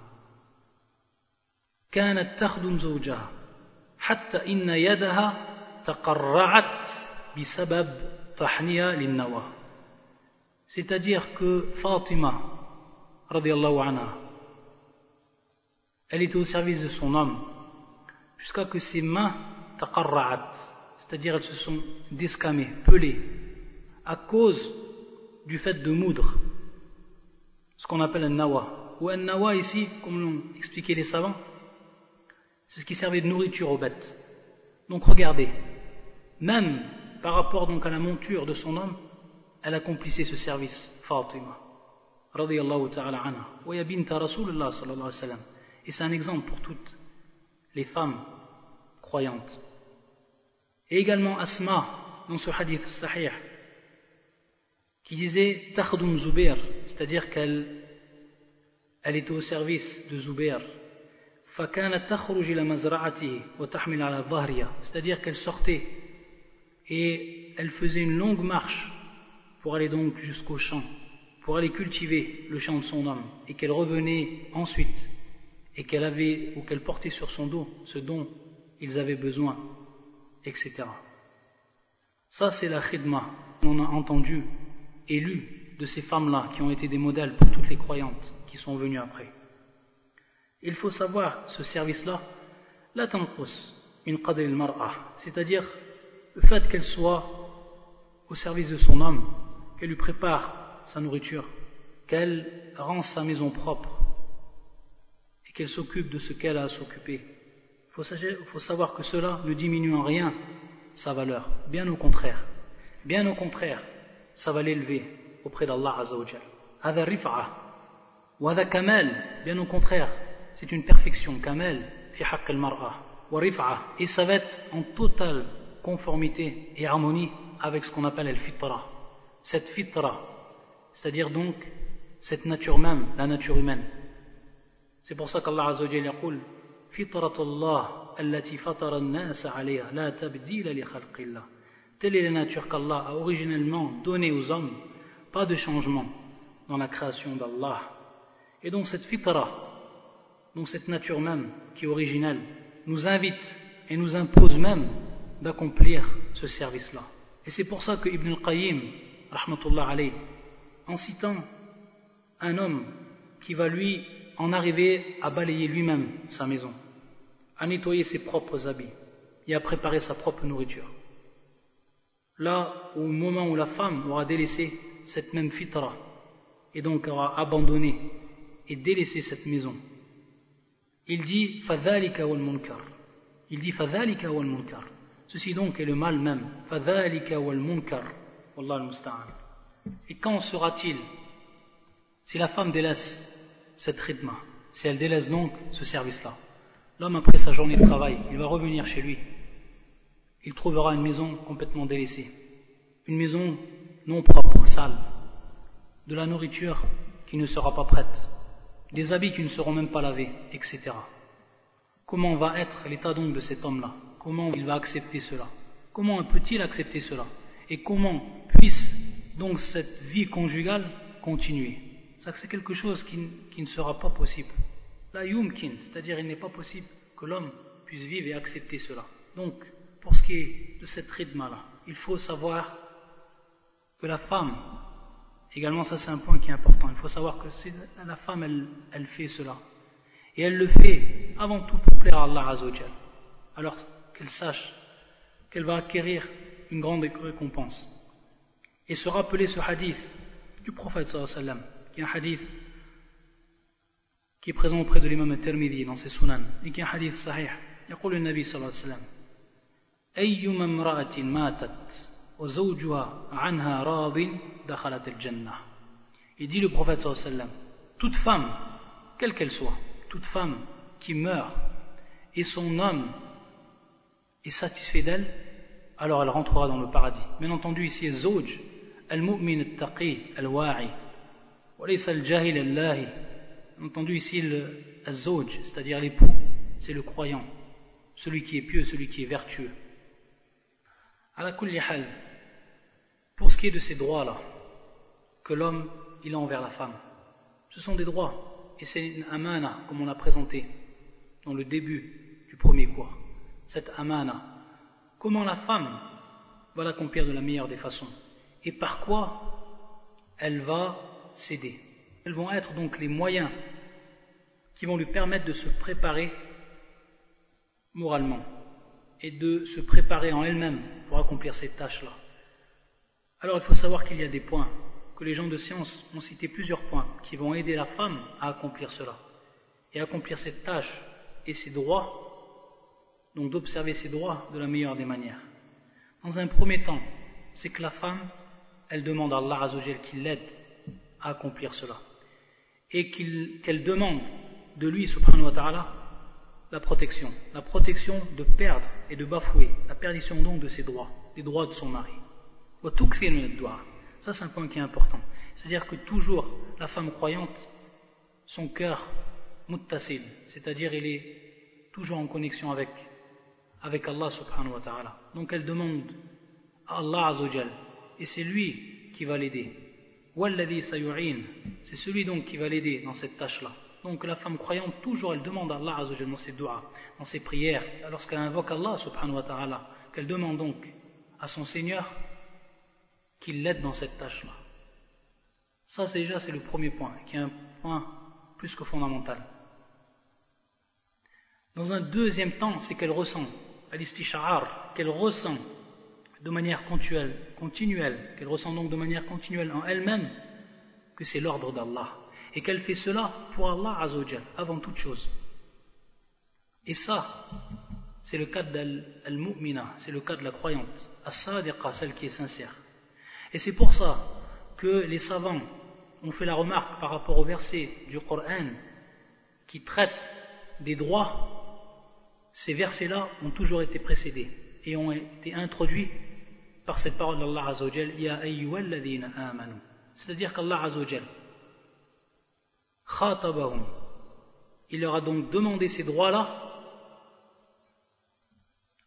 كانت تخدم زوجها حتى إن يدها تقرعت بسبب طحنها للنوى. C'est-à-dire que Fatima, radiyallahu anha, elle était au service de son homme jusqu'à que ses mains taqarra'at, c'est-à-dire elles se sont descamées, pelées, à cause du fait de moudre, ce qu'on appelle un nawa. Ou un nawa ici, comme l'ont expliqué les savants, c'est ce qui servait de nourriture aux bêtes. Donc regardez, même par rapport donc à la monture de son homme, elle accomplissait ce service, Fatima, radiyallahu ta'ala anha, wa ya binta Rasulullah sallallahu alayhi wa sallam. Et c'est un exemple pour toutes les femmes croyantes. Et également Asma, dans ce hadith sahih, qui disait Takhdum Zubair, c'est-à-dire qu'elle était au service de Zubair. فَكَانَتْ تَخْرُجِ إِلَى مَزْرَعَتِهِ وَتَحْمِلُ عَلَى ظَهْرِهَا, c'est-à-dire qu'elle sortait et elle faisait une longue marche pour aller donc jusqu'au champ, pour aller cultiver le champ de son homme, et qu'elle revenait ensuite et qu'elle avait ou qu'elle portait sur son dos ce dont ils avaient besoin, etc. Ça c'est la khidma qu'on a entendu et lu de ces femmes-là qui ont été des modèles pour toutes les croyantes qui sont venues après. Il faut savoir ce service-là, la tanqus min qadri al-mar'a, c'est-à-dire le fait qu'elle soit au service de son homme, qu'elle lui prépare sa nourriture, qu'elle rend sa maison propre et qu'elle s'occupe de ce qu'elle a à s'occuper. Il faut savoir que cela ne diminue en rien sa valeur, bien au contraire, ça va l'élever auprès d'Allah Azza wa Jal. Hada rif'a wa hada kamal, bien au contraire, c'est une perfection, kamal fi haqq al-mar'a wa rif'a, et ça va être en totale conformité et harmonie avec ce qu'on appelle al-fitra, cette fitra, c'est-à-dire donc cette nature même, la nature humaine. C'est pour ça qu'Allah Azza wa Jalla yaqul فطرة الله التي فطر الناس عليها لا تبديل لخلق الله. Telle est la nature qu'Allah a originellement donnée aux hommes, pas de changement dans la création d'Allah. Et donc cette fitra, donc cette nature même qui est originelle, nous invite et nous impose même d'accomplir ce service-là. Et c'est pour ça que Ibn al-Qayyim, rahmatullah alayh, en citant un homme qui va lui en arriver à balayer lui-même sa maison, à nettoyer ses propres habits et à préparer sa propre nourriture. Là, au moment où la femme aura délaissé cette même fitra et donc aura abandonné et délaissé cette maison, il dit fadhalika wal munkar. Il dit fadhalika wal munkar. Ceci donc est le mal même. Fadhalika wal munkar. Wallah al-musta'an. Et quand sera-t-il si la femme délaisse cette khidma, si elle délaisse donc ce service-là? L'homme, après sa journée de travail, il va revenir chez lui. Il trouvera une maison complètement délaissée, une maison non propre, sale, de la nourriture qui ne sera pas prête, des habits qui ne seront même pas lavés, etc. Comment va être l'état donc de cet homme-là? Comment il va accepter cela? Comment peut-il accepter cela? Et comment puisse donc cette vie conjugale continuer? C'est quelque chose qui ne sera pas possible. La yumkin, c'est-à-dire il n'est pas possible que l'homme puisse vivre et accepter cela. Donc, pour ce qui est de cette rythme-là, il faut savoir que la femme, également ça c'est un point qui est important, il faut savoir que la femme elle fait cela. Et elle le fait avant tout pour plaire à Allah Azzawajal. Alors qu'elle sache qu'elle va acquérir une grande récompense. Et se rappeler ce hadith du prophète sallallahu alayhi wa sallam, qui est un hadith qui est présent auprès de l'imam al-Tirmidhi dans ses sunan, et qui est un hadith sahih. يقول النبي صلى الله عليه وسلم أيما امرأة ماتت وزوجها عنها راض دخلت الجنة. Il dit le prophète sallallahu alayhi wa sallam, toute femme, quelle qu'elle soit, toute femme qui meurt et son homme est satisfait d'elle, alors elle rentrera dans le paradis. Bien entendu, ici, zawj, al-mu'min al-taqi, al-wa'i, wa laysa al-jahil al-lahi. Bien entendu, ici, le zawj, c'est-à-dire l'époux, c'est le croyant, celui qui est pieux, celui qui est vertueux. Ala kulli hal, pour ce qui est de ces droits-là, que l'homme, il a envers la femme, ce sont des droits, et c'est une amana, comme on l'a présenté dans le début du premier cours. Cette amana, comment la femme va l'accomplir de la meilleure des façons, et par quoi elle va s'aider. Quels vont être donc les moyens qui vont lui permettre de se préparer moralement et de se préparer en elle-même pour accomplir cette tâche-là. Alors il faut savoir qu'il y a des points, que les gens de science ont cité plusieurs points qui vont aider la femme à accomplir cela et accomplir cette tâche et ses droits, donc d'observer ses droits de la meilleure des manières. Dans un premier temps, c'est que la femme, elle demande à Allah Azzawajal qu'il l'aide à accomplir cela et qu'elle demande de lui, subhanahu wa ta'ala, la protection de perdre et de bafouer, la perdition donc de ses droits, les droits de son mari. Ça c'est un point qui est important, c'est-à-dire que toujours la femme croyante, son cœur muttasil, c'est-à-dire il est toujours en connexion avec Allah subhanahu wa ta'ala. Donc elle demande à Allah Azzawajal et c'est lui qui va l'aider. Walladhi sayu'in, c'est celui donc qui va l'aider dans cette tâche-là. Donc la femme croyante, toujours elle demande à Allah Azzawajal dans ses du'as, dans ses prières, lorsqu'elle invoque Allah subhanahu wa ta'ala, qu'elle demande donc à son Seigneur qu'il l'aide dans cette tâche-là. Ça c'est le premier point, qui est un point plus que fondamental. Dans un deuxième temps, c'est qu'elle ressent, al-istish'ar, qu'elle ressent de manière continuelle, qu'elle ressent donc de manière continuelle en elle-même que c'est l'ordre d'Allah. Et qu'elle fait cela pour Allah Azzawajal, avant toute chose. Et ça, c'est le cas d'al-mu'mina, c'est le cas de la croyante, as-sadiqa, celle qui est sincère. Et c'est pour ça que les savants ont fait la remarque par rapport au verset du Coran qui traite des droits. Ces versets-là ont toujours été précédés et ont été introduits par cette parole d'Allah Azzawajal, Ya ayyuhalladhina amanu. C'est-à-dire qu'Allah Azzawajal khatabahum, il leur a donc demandé ces droits-là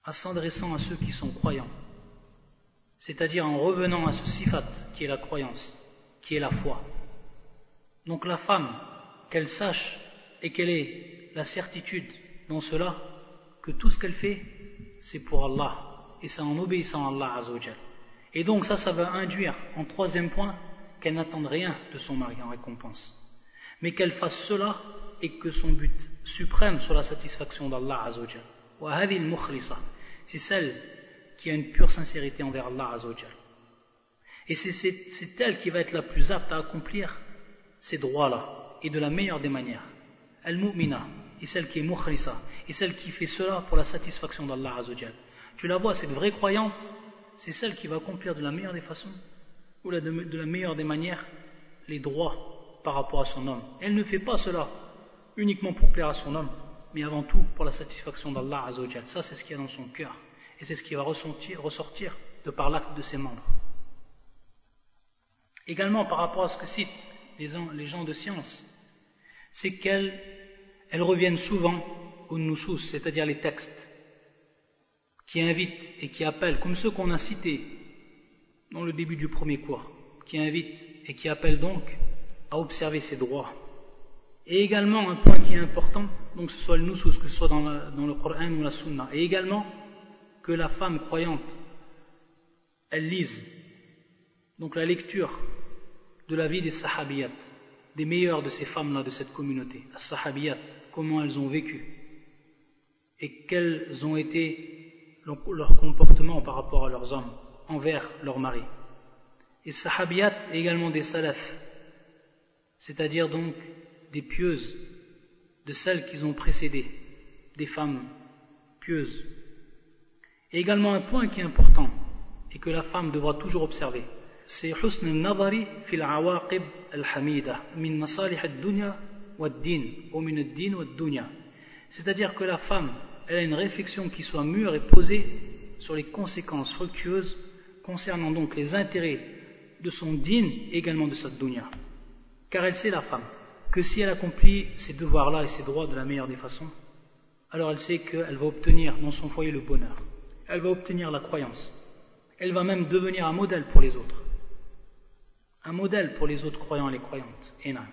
en s'adressant à ceux qui sont croyants, c'est-à-dire en revenant à ce sifat qui est la croyance, qui est la foi. Donc la femme, qu'elle sache et qu'elle ait la certitude dans cela, que tout ce qu'elle fait, c'est pour Allah, et c'est en obéissant à Allah Azzawajal. Et donc ça va induire, en troisième point, qu'elle n'attende rien de son mari en récompense, mais qu'elle fasse cela et que son but suprême soit la satisfaction d'Allah Azzawajal. Wa hadhi al-mukhlisa, c'est celle qui a une pure sincérité envers Allah Azzawajal. Et c'est elle qui va être la plus apte à accomplir ces droits-là, et de la meilleure des manières. Al-mu'mina, et celle qui est mukhlisa, et celle qui fait cela pour la satisfaction d'Allah Azzawajal. Tu la vois, cette vraie croyante, c'est celle qui va accomplir de la meilleure des façons, ou de la meilleure des manières, les droits par rapport à son homme. Elle ne fait pas cela uniquement pour plaire à son homme, mais avant tout pour la satisfaction d'Allah Azzawajal. Ça, c'est ce qu'il y a dans son cœur, et c'est ce qui va ressortir de par l'acte de ses membres. Également par rapport à ce que citent les gens de science, c'est qu'elles reviennent souvent aux nusus, c'est-à-dire les textes qui invitent et qui appellent, comme ceux qu'on a cités dans le début du premier cours, qui invitent et qui appellent donc à observer ces droits. Et également un point qui est important, donc que ce soit le nusus, que ce soit dans le Coran ou la Sunna, et également que la femme croyante, elle lise donc la lecture de la vie des sahabiyat, des meilleures de ces femmes-là de cette communauté, les sahabiyat, comment elles ont vécu et quels ont été leurs comportements par rapport à leurs hommes envers leurs maris. Et sahabiyat et également des salafs, c'est-à-dire donc des pieuses, de celles qui ont précédé, des femmes pieuses. Et également un point qui est important et que la femme devra toujours observer, c'est husn al-nadari fil awaqib al-hamida min masalih ad-dunya wad-din ou min ad-din wad-dunya. C'est-à-dire que la femme, elle a une réflexion qui soit mûre et posée sur les conséquences fructueuses concernant donc les intérêts de son din et également de sa dunya. Car elle sait, la femme, que si elle accomplit ces devoirs-là et ces droits de la meilleure des façons, alors elle sait qu'elle va obtenir dans son foyer le bonheur, elle va obtenir la croyance, elle va même devenir un modèle pour les autres, un modèle pour les autres croyants et les croyantes. Énorme.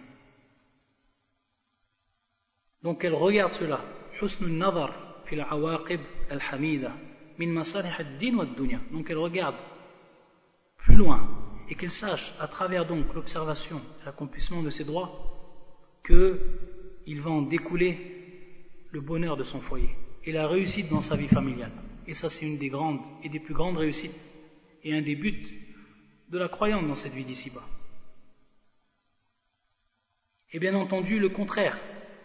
Donc elle regarde cela, husn al-nadar fil awaqib al-hamida min masalih ad-din wa ad-dunya. Donc elle regarde plus loin et qu'elle sache à travers donc l'observation et l'accomplissement de ses droits qu'il va en découler le bonheur de son foyer et la réussite dans sa vie familiale. Et ça, c'est une des grandes et des plus grandes réussites et un des buts de la croyante dans cette vie d'ici-bas. Et bien entendu, le contraire,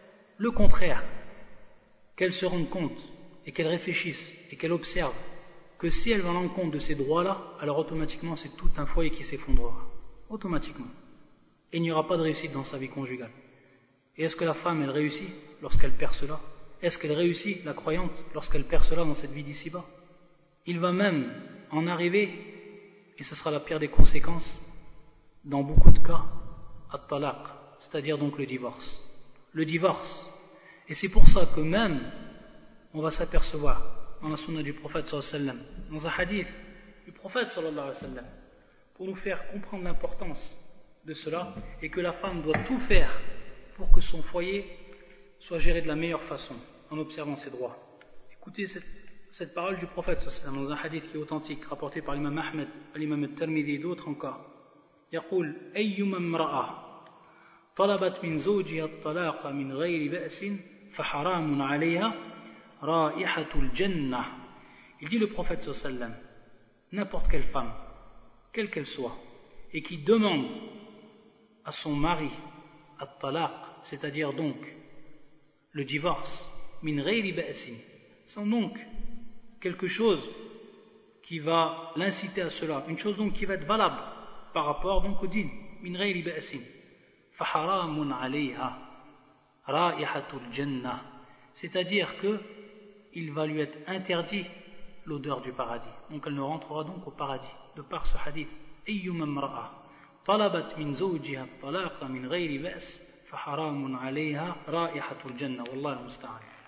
qu'elle se rende compte et qu'elle réfléchisse et qu'elle observe que si elle va à l'encontre de ces droits-là, alors automatiquement c'est tout un foyer qui s'effondrera, automatiquement. Et il n'y aura pas de réussite dans sa vie conjugale. Et est-ce que la femme, elle réussit lorsqu'elle perd cela? Est-ce qu'elle réussit, la croyante, lorsqu'elle perd cela dans cette vie d'ici-bas? Il va même en arriver, et ce sera la pire des conséquences, dans beaucoup de cas, at-talaq, c'est-à-dire donc le divorce. Le divorce. Et c'est pour ça que même, on va s'apercevoir, dans la sunna du prophète sallallahu alayhi wa sallam, dans un hadith du prophète sallallahu alayhi wa sallam, pour nous faire comprendre l'importance de cela, et que la femme doit tout faire pour que son foyer soit géré de la meilleure façon, en observant ses droits. Écoutez cette parole du prophète sallallahu alayhi wa sallam, dans un hadith qui est authentique, rapporté par l'imam Ahmed, l'imam al-Tirmidhi et d'autres encore. يقول أيما امرأة طلبت من زوجها الطلاق من غير بأس فحرام عليها رائحة الجنة. Il dit le prophète sallallahu alayhi wa sallam, n'importe quelle femme, quelle qu'elle soit, et qui demande à son mari at-talaq, c'est-à-dire donc le divorce, min ghayri ba'sin, sans donc quelque chose qui va l'inciter à cela, une chose donc qui va être valable par rapport donc au din, min ghayri ba'sin, faharamun alayha ra'ihatul jannah, c'est-à-dire que il va lui être interdit l'odeur du paradis, donc elle ne rentrera donc au paradis de par ce hadith. ayyuma imra'a talabat min zawjiha at-talaq min ghayri ba's faharamun alayha ra'ihatul jannah, wallahu al-musta'an.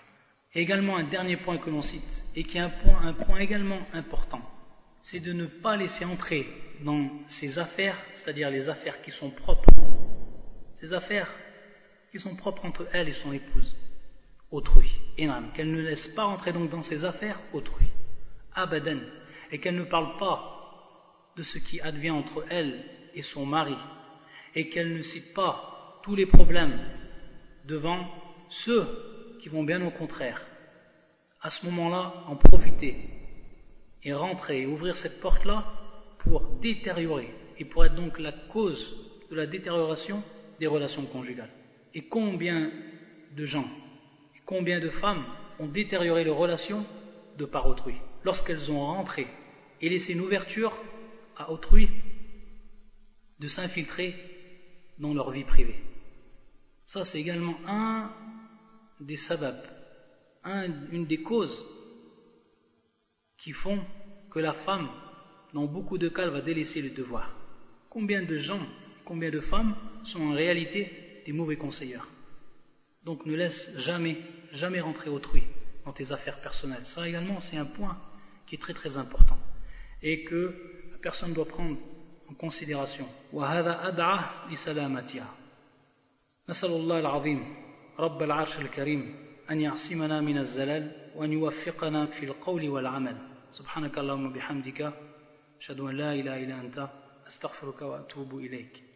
Et également un dernier point que l'on cite, et qui est un point également important, c'est de ne pas laisser entrer dans ces affaires, c'est-à-dire les affaires qui sont propres, ces affaires qui sont propres entre elle et son épouse, autrui. Et qu'elle ne laisse pas entrer donc dans ces affaires autrui, abadan, et qu'elle ne parle pas de ce qui advient entre elle et son mari, et qu'elle ne cite pas tous les problèmes devant ceux qui vont bien au contraire. À ce moment-là, en profiter et rentrer et ouvrir cette porte-là pour détériorer et pour être donc la cause de la détérioration des relations conjugales. Et combien de gens, combien de femmes ont détérioré leurs relations de par autrui, lorsqu'elles ont rentré et laissé une ouverture à autrui de s'infiltrer dans leur vie privée. Ça, c'est également un des sababs, une des causes qui font que la femme, dans beaucoup de cas, elle va délaisser le devoir. Combien de gens, combien de femmes sont en réalité des mauvais conseillers. Donc ne laisse jamais rentrer autrui dans tes affaires personnelles. Ça également, c'est un point qui est très très important et que la personne doit prendre en considération. وهذا أدعى لسلامتها. نسأل الله العظيم رب العرش الكريم أن يعصمنا من الزلال وأن يوفقنا في القول والعمل. سبحانك اللهم بحمدك أشهد أن لا إله إلا أنت أستغفرك وأتوب إليك.